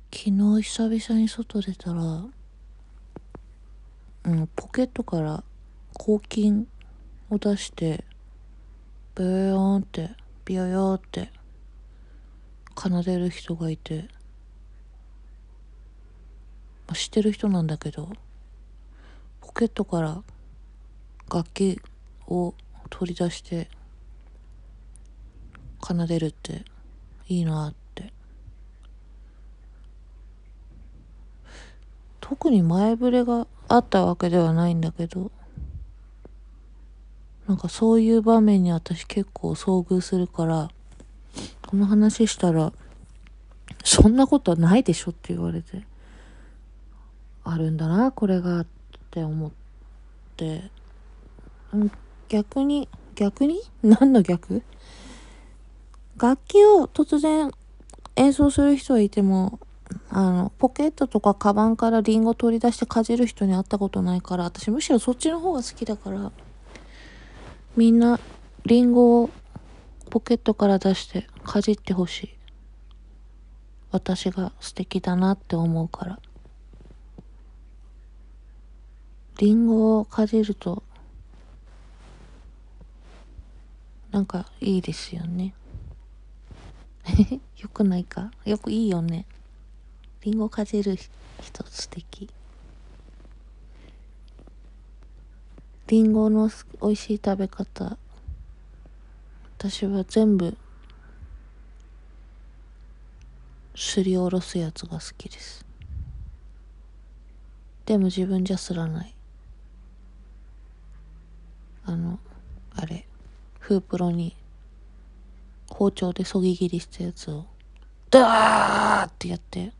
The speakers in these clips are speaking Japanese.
昨日久々に外出たら、ポケットから抗菌を出して、ビヨヨーンって、ビヨヨーって奏でる人がいて、知ってる人なんだけど、ポケットから楽器を取り出して奏でるっていいなって。特に前触れがあったわけではないんだけど、なんかそういう場面に私結構遭遇するから、この話したら、そんなことはないでしょって言われて、あるんだなこれがって思って、逆に何の逆？楽器を突然演奏する人はいても、ポケットとかカバンからリンゴ取り出してかじる人に会ったことないから、私むしろそっちの方が好きだから、みんなリンゴをポケットから出してかじってほしい。私が素敵だなって思うから。リンゴをかじるとなんかいいですよね。よくないか？よくいいよね。リンゴかじる人素敵。リンゴの美味しい食べ方、私は全部すりおろすやつが好きです。でも自分じゃすらない。あれ、フープロに包丁でそぎ切りしたやつをダーってやって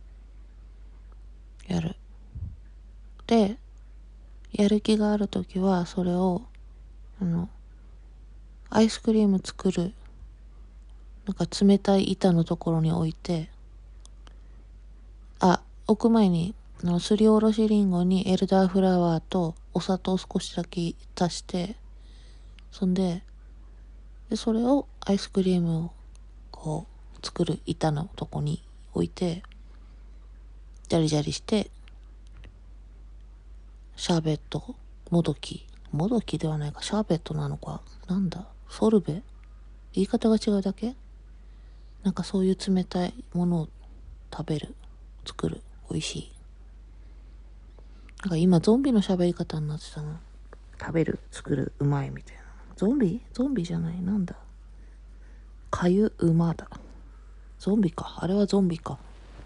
やる。で、やる気があるときはそれをアイスクリーム作るなんか冷たい板のところに置いて、置く前にすりおろしリンゴにエルダーフラワーとお砂糖少しだけ足して、それをアイスクリームをこう作る板のとこに置いて、ジャリジャリしてシャーベット、もどきではないか、シャーベットなのか、なんだソルベ、言い方が違うだけ。なんかそういう冷たいものを作る、美味しい。なんか今ゾンビの喋り方になってたな。食べる、作る、うまいみたいな。ゾンビじゃない、なんだ、かゆうまだ。ゾンビか、あれはゾンビか。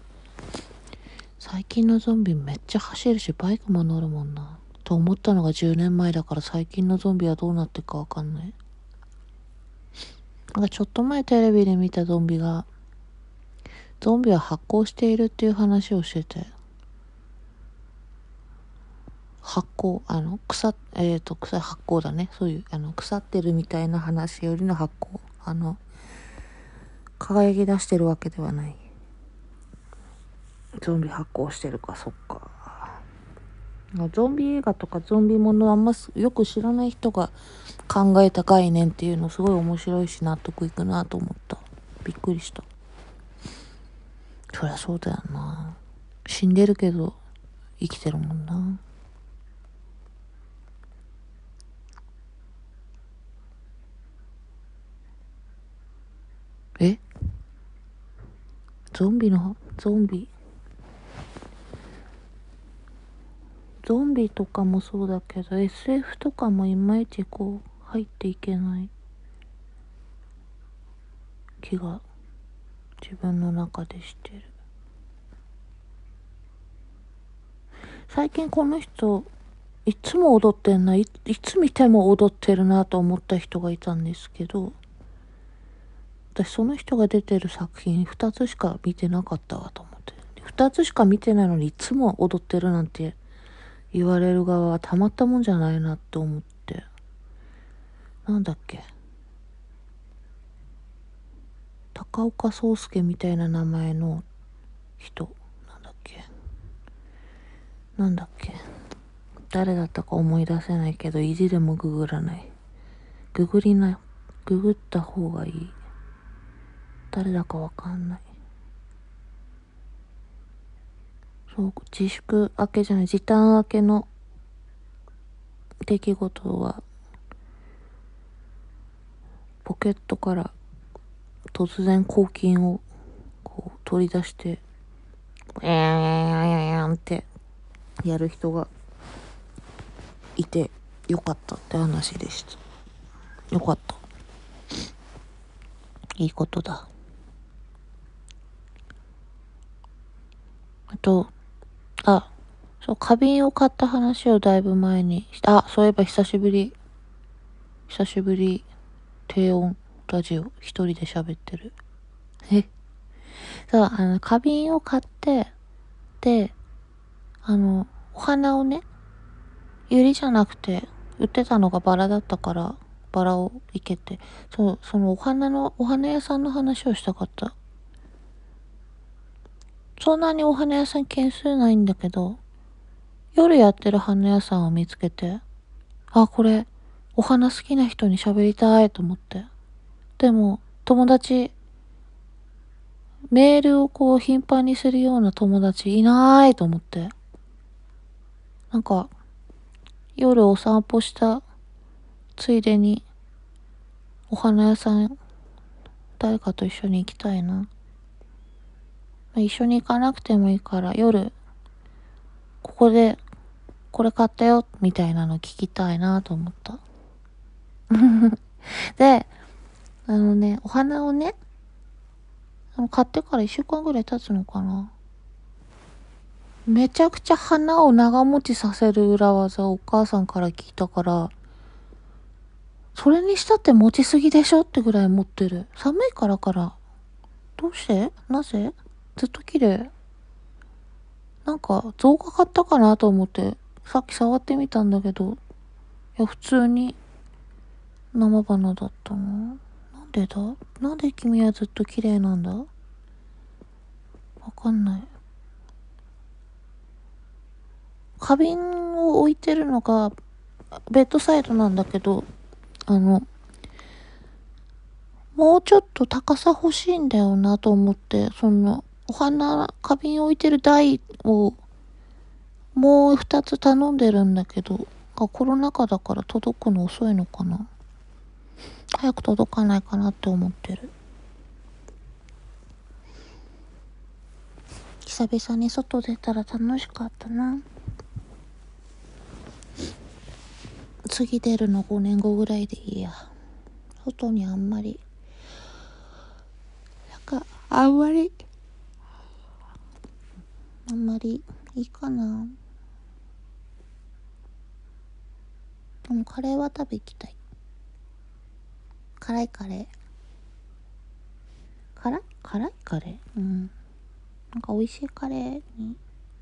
最近のゾンビめっちゃ走るしバイクも乗るもんなと思ったのが10年前だから、最近のゾンビはどうなってるかわかんない。なんかちょっと前テレビで見たゾンビは発光しているっていう話をしてて、発光、発光だね。そういう、腐ってるみたいな話よりの発光。輝き出してるわけではない。ゾンビ発光してるか、そっか。ゾンビ映画とかゾンビものあんまよく知らない人が考えた概念っていうのすごい面白いし納得いくなと思った。びっくりした。そりゃそうだよな。死んでるけど生きてるもんな。えゾンビとかもそうだけど SF とかもいまいちこう入っていけない気が自分の中でしてる。最近この人いつも踊ってんな、いつ見ても踊ってるなと思った人がいたんですけど、私その人が出てる作品2つしか見てなかったわと思って、2つしか見てないのにいつも踊ってるなんて言われる側はたまったもんじゃないなって思って、なんだっけ、高岡壮介みたいな名前の人、なんだっけ誰だったか思い出せないけど、意地でもググらない。ググった方がいい。誰だかわかんない。 そう、自粛明けじゃない、時短明けの出来事は、ポケットから突然抗菌をこう取り出して、ってやる人がいてよかったって話でした。よかった。いいことだ。あと、そう、花瓶を買った話をだいぶ前にした。そういえば久しぶり、低音ラジオ一人で喋ってる。そう、花瓶を買って、で、お花をね、ユリじゃなくて、売ってたのがバラだったから、バラを生けて、そのお花屋さんの話をしたかった。そんなにお花屋さん件数ないんだけど、夜やってる花屋さんを見つけて、これ、お花好きな人に喋りたいと思って。でも、メールをこう頻繁にするような友達いないと思って。なんか、夜お散歩したついでに、お花屋さん、誰かと一緒に行きたいな。一緒に行かなくてもいいから、夜、ここで、これ買ったよ、みたいなの聞きたいなと思った。で、お花をね、買ってから1週間ぐらい経つのかな。めちゃくちゃ花を長持ちさせる裏技をお母さんから聞いたから、それにしたって持ちすぎでしょってぐらい持ってる。寒いからかな。どうして？なぜ？ずっと綺麗。なんか増加買ったかなと思ってさっき触ってみたんだけど、いや普通に生花だったの。なんでだ？なんで君はずっと綺麗なんだ？わかんない。花瓶を置いてるのがベッドサイドなんだけど、もうちょっと高さ欲しいんだよなと思って、花瓶置いてる台をもう2つ頼んでるんだけど、コロナ禍だから届くの遅いのかな。早く届かないかなって思ってる。久々に外出たら楽しかったな。次出るの5年後ぐらいでいいや。外にあんまりいいかな。でもカレーは食べ行きたい。辛いカレー。辛いカレー。なんか美味しいカレーに。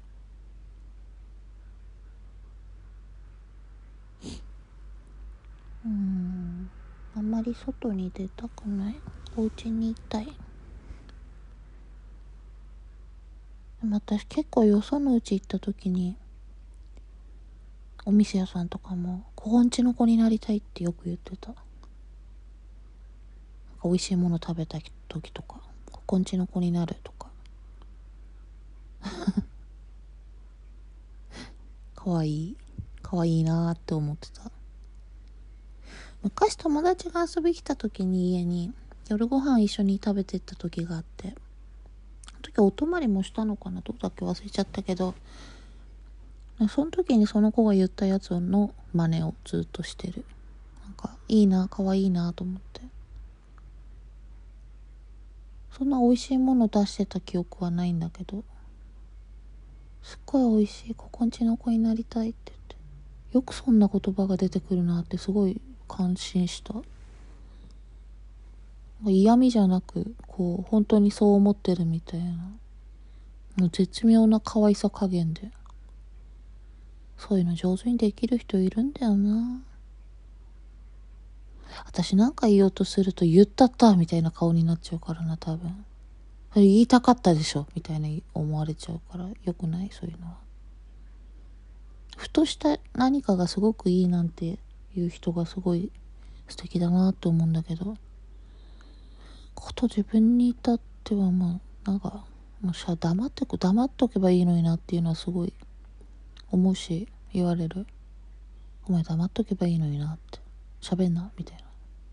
あんまり外に出たくない。お家にいたい。でも私結構よそのうち行った時に、お店屋さんとかも、ここんちの子になりたいってよく言ってた。なんか美味しいもの食べた時とか、ここんちの子になるとか。かわいいなーって思ってた。昔友達が遊び来た時に家に夜ご飯一緒に食べてった時があって、あの時お泊まりもしたのかな、どうだっけ忘れちゃったけど、その時にその子が言ったやつの真似をずっとしてる。なんかいいな、可愛いなと思って。そんな美味しいもの出してた記憶はないんだけど、すっごい美味しい、ここんちの子になりたいって言って、よくそんな言葉が出てくるなってすごい感心した。嫌味じゃなく、こう本当にそう思ってるみたいな、もう絶妙な可愛さ加減で、そういうの上手にできる人いるんだよな。私なんか言おうとすると言ったったみたいな顔になっちゃうからな、多分。言いたかったでしょみたいに思われちゃうから良くない、そういうのは。ふとした何かがすごくいいなんていう人がすごい素敵だなって思うんだけど、こと自分に至ってはなんかもう黙っとけばいいのになっていうのはすごい思うし、言われる。お前黙っとけばいいのになって、喋んなみたいな。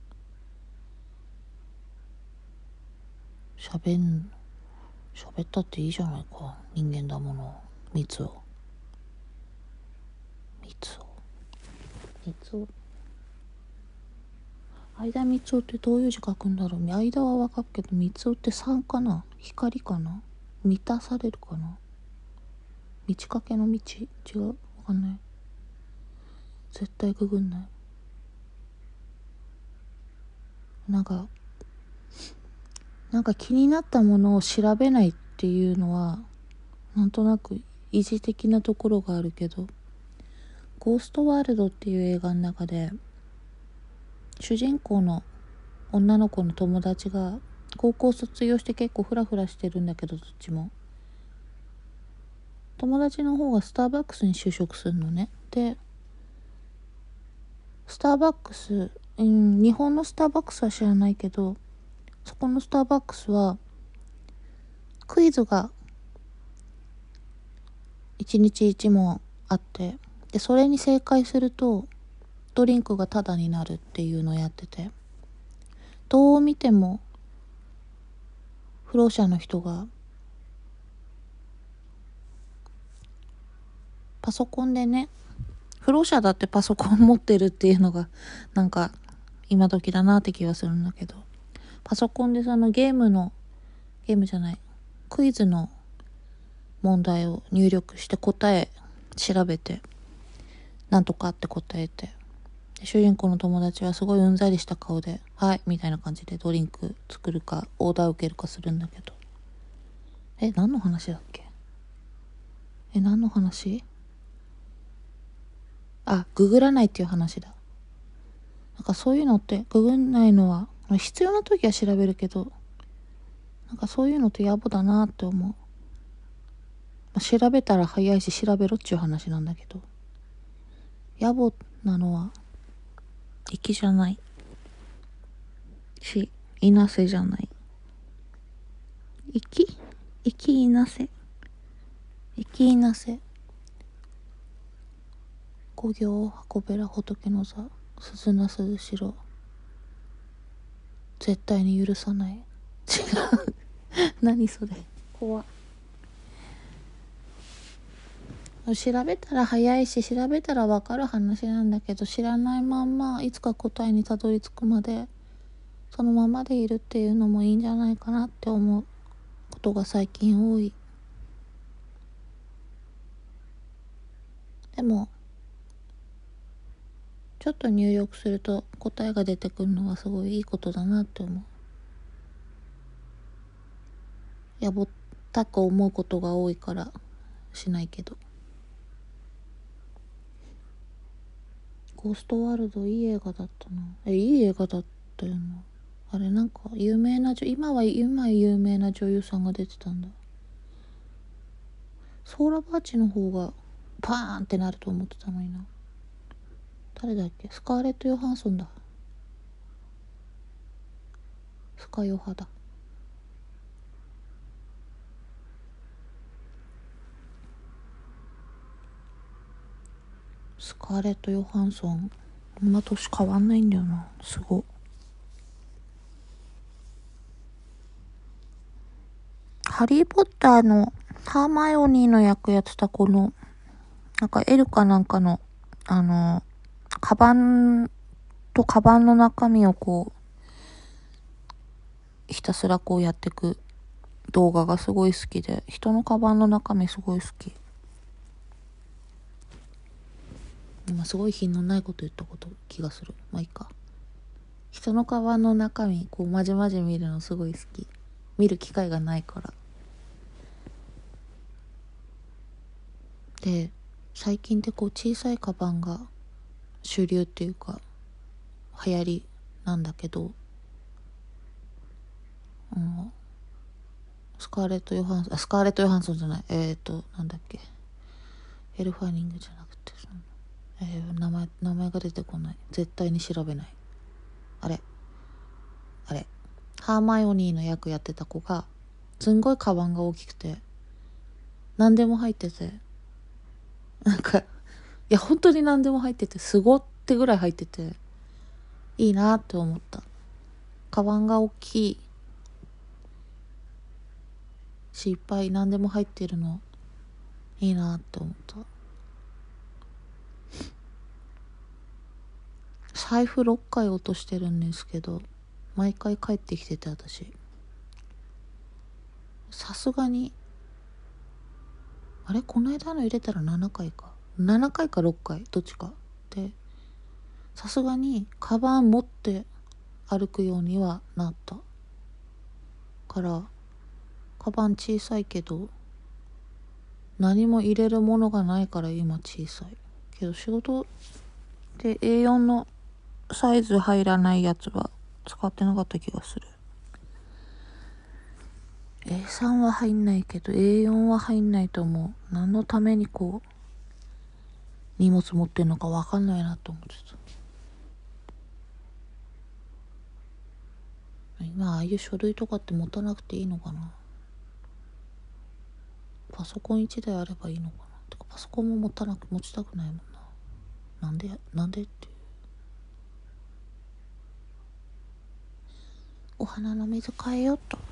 喋ったっていいじゃないか、人間だもの。蜜を相田みつおってどういう字書くんだろう。間はわかるけど、みつおって3かな、光かな、満たされるかな、満ち欠けの道、違う、わかんない。絶対ググんない。なんか気になったものを調べないっていうのはなんとなく意地的なところがあるけど、ゴーストワールドっていう映画の中で主人公の女の子の友達が高校卒業して結構フラフラしてるんだけど、どっちも友達の方がスターバックスに就職するのね。でスターバックス、日本のスターバックスは知らないけど、そこのスターバックスはクイズが1日1問あって、でそれに正解するとドリンクがタダになるっていうのをやってて、どう見ても不老者の人がパソコンでね、不老者だってパソコン持ってるっていうのがなんか今時だなって気がするんだけど、パソコンでそのクイズの問題を入力して答え調べてなんとかって答えて、主人公の友達はすごいうんざりした顔ではいみたいな感じでドリンク作るかオーダー受けるかするんだけど、何の話だっけ。何の話。ググらないっていう話だ。なんかそういうのってググんないのは必要な時は調べるけど、なんかそういうのって野暮だなって思う。調べたら早いし調べろっちゅう話なんだけど、野暮なのは粋じゃないし、いなせじゃない。いなせ五行運べら仏の座、鈴な鈴代、絶対に許さない。違う何それ、怖っ。調べたら早いし調べたら分かる話なんだけど、知らないまんまいつか答えにたどり着くまでそのままでいるっていうのもいいんじゃないかなって思うことが最近多い。でもちょっと入力すると答えが出てくるのはすごいいいことだなって思う。やぼったく思うことが多いからしないけど。ゴーストワールドいい映画だったな。いい映画だったよな。あれなんか有名な今有名な女優さんが出てたんだ。ソーラバーチの方がパーンってなると思ってたのにな。誰だっけ。スカーレット・ヨハンソンだ。スカヨハだ。スカーレット・ヨハンソンあんま年変わんないんだよな。すごい。ハリー・ポッターのハーマイオニーの役やってた子のなんかエルかなんかのカバンの中身をこうひたすらこうやってく動画がすごい好きで、人のカバンの中身すごい好き。今すごい品のないこと言った気がする。まあいいか。人のカバンの中身こうまじまじ見るのすごい好き。見る機会がないから。で最近ってこう小さいカバンが主流っていうか流行りなんだけど、スカーレット・ヨハンソンじゃない、なんだっけ、エルファニングじゃなくて名前が出てこない。絶対に調べない。あれハーマイオニーの役やってた子がすんごいカバンが大きくて、何でも入ってて、なんか、いや本当に何でも入ってて、すごってぐらい入ってて、いいなって思った。カバンが大きいし、いっぱい何でも入ってるの、いいなって思った。財布6回落としてるんですけど、毎回帰ってきてて、私さすがに、あれこの間の入れたら7回か7回か6回どっちかで、さすがにカバン持って歩くようにはなったから、カバン小さいけど何も入れるものがないから今小さいけど、仕事で A4 のサイズ入らないやつは使ってなかった気がする。 A3 は入んないけど A4 は入んないと思う。何のためにこう荷物持ってんのか分かんないなと思ってた。今ああいう書類とかって持たなくていいのかな。パソコン1台あればいいのかな。てかパソコンも持ちたくないもんな。なんでっていう。お花の水変えようっと。